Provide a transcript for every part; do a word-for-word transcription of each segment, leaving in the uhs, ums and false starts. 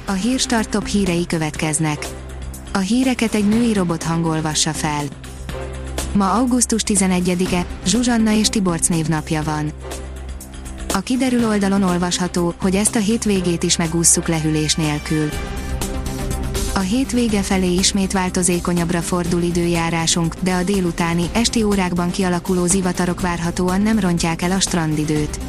A Hírstart top hírei következnek. A híreket egy női robothang olvassa fel. Ma augusztus tizenegyedike, Zsuzsanna és Tiborc névnapja van. A Kiderül oldalon olvasható, hogy ezt a hétvégét is megússzuk lehűlés nélkül. A hétvége felé ismét változékonyabbra fordul időjárásunk, de a délutáni, esti órákban kialakuló zivatarok várhatóan nem rontják el a strandidőt.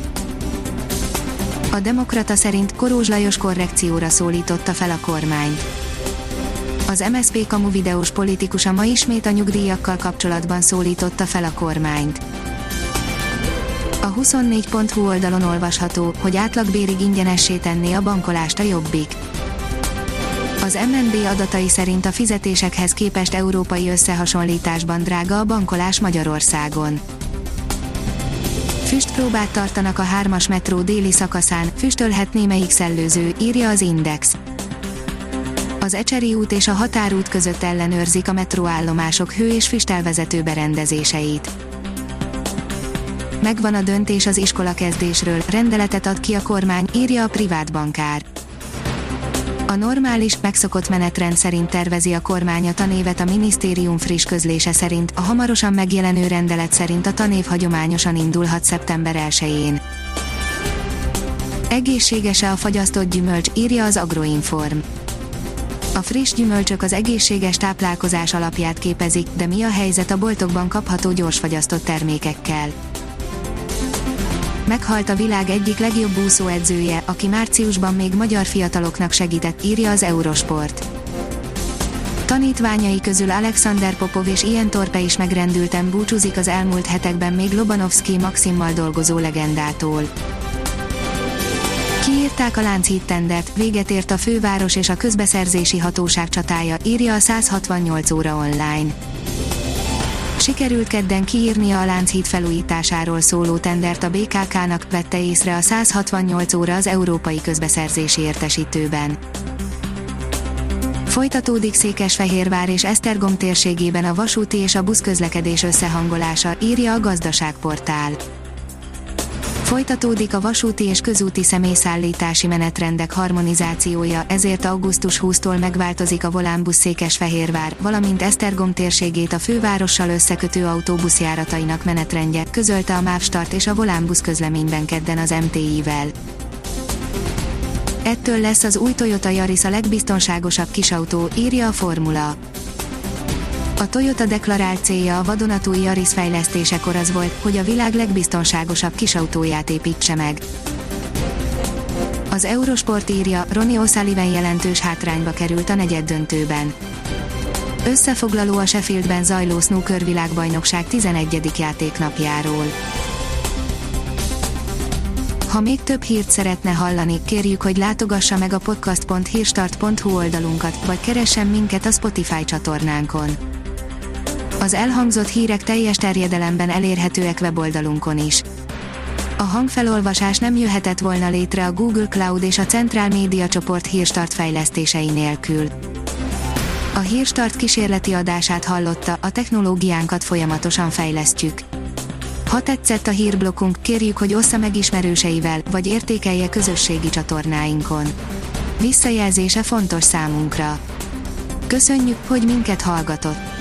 A Demokrata szerint Korós Lajos korrekcióra szólította fel a kormányt. Az em es zé pé kamu videós politikusa ma ismét a nyugdíjakkal kapcsolatban szólította fel a kormányt. A huszonnégy pont hu oldalon olvasható, hogy átlagbérig ingyenessé tenné a bankolást a Jobbik. Az em en bé adatai szerint a fizetésekhez képest európai összehasonlításban drága a bankolás Magyarországon. Füstpróbát tartanak a hármas metró déli szakaszán, füstölhet némelyik szellőző, írja az Index. Az Ecseri út és a Határút között ellenőrzik a metróállomások hő- és füstelvezető berendezéseit. Megvan a döntés az iskolakezdésről, rendeletet ad ki a kormány, írja a privát bankár. A normális, megszokott menetrend szerint tervezi a kormány a tanévet. A minisztérium friss közlése szerint a hamarosan megjelenő rendelet szerint a tanév hagyományosan indulhat szeptember elsején. Egészséges-e a fagyasztott gyümölcs, írja az Agroinform. A friss gyümölcsök az egészséges táplálkozás alapját képezik, de mi a helyzet a boltokban kapható gyorsfagyasztott termékekkel? Meghalt a világ egyik legjobb úszóedzője, aki márciusban még magyar fiataloknak segített, írja az Eurosport. Tanítványai közül Alexander Popov és Ian Thorpe is megrendülten búcsúzik az elmúlt hetekben még Lobanovszky Maximmal dolgozó legendától. Kiírták a Lánchíd tendert, véget ért a főváros és a közbeszerzési hatóság csatája, írja a száz hatvannyolc óra online. Sikerült kedden kiírnia a Lánchíd felújításáról szóló tendert a bé ká ká-nak, vette észre a száz hatvannyolc óra az európai közbeszerzési értesítőben. Folytatódik Székesfehérvár és Esztergom térségében a vasúti és a buszközlekedés összehangolása, írja a Gazdaságportál. Folytatódik a vasúti és közúti személyszállítási menetrendek harmonizációja, ezért augusztus huszadikától megváltozik a Volánbusz Székesfehérvár, valamint Esztergom térségét a fővárossal összekötő autóbuszjáratainak menetrendje, közölte a Mávstart és a Volánbusz közleményben kedden az em té i-vel. Ettől lesz az új Toyota Yaris a legbiztonságosabb kisautó, írja a Formula. A Toyota deklarált célja a vadonatúj Yaris fejlesztésekor az volt, hogy a világ legbiztonságosabb kisautóját építse meg. Az Eurosport írja, Ronnie O'Sullivan jelentős hátrányba került a negyeddöntőben. Összefoglaló a Sheffieldben zajló snooker világbajnokság tizenegyedik játéknapjáról. Ha még több hírt szeretne hallani, kérjük, hogy látogassa meg a podcast pont hírstart pont hu oldalunkat, vagy keressen minket a Spotify csatornánkon. Az elhangzott hírek teljes terjedelemben elérhetőek weboldalunkon is. A hangfelolvasás nem jöhetett volna létre a Google Cloud és a Centrál Média csoport Hírstart fejlesztései nélkül. A Hírstart kísérleti adását hallotta, a technológiánkat folyamatosan fejlesztjük. Ha tetszett a hírblokkunk, kérjük, hogy ossza meg ismerőseivel, vagy értékelje közösségi csatornáinkon. Visszajelzése fontos számunkra. Köszönjük, hogy minket hallgatott!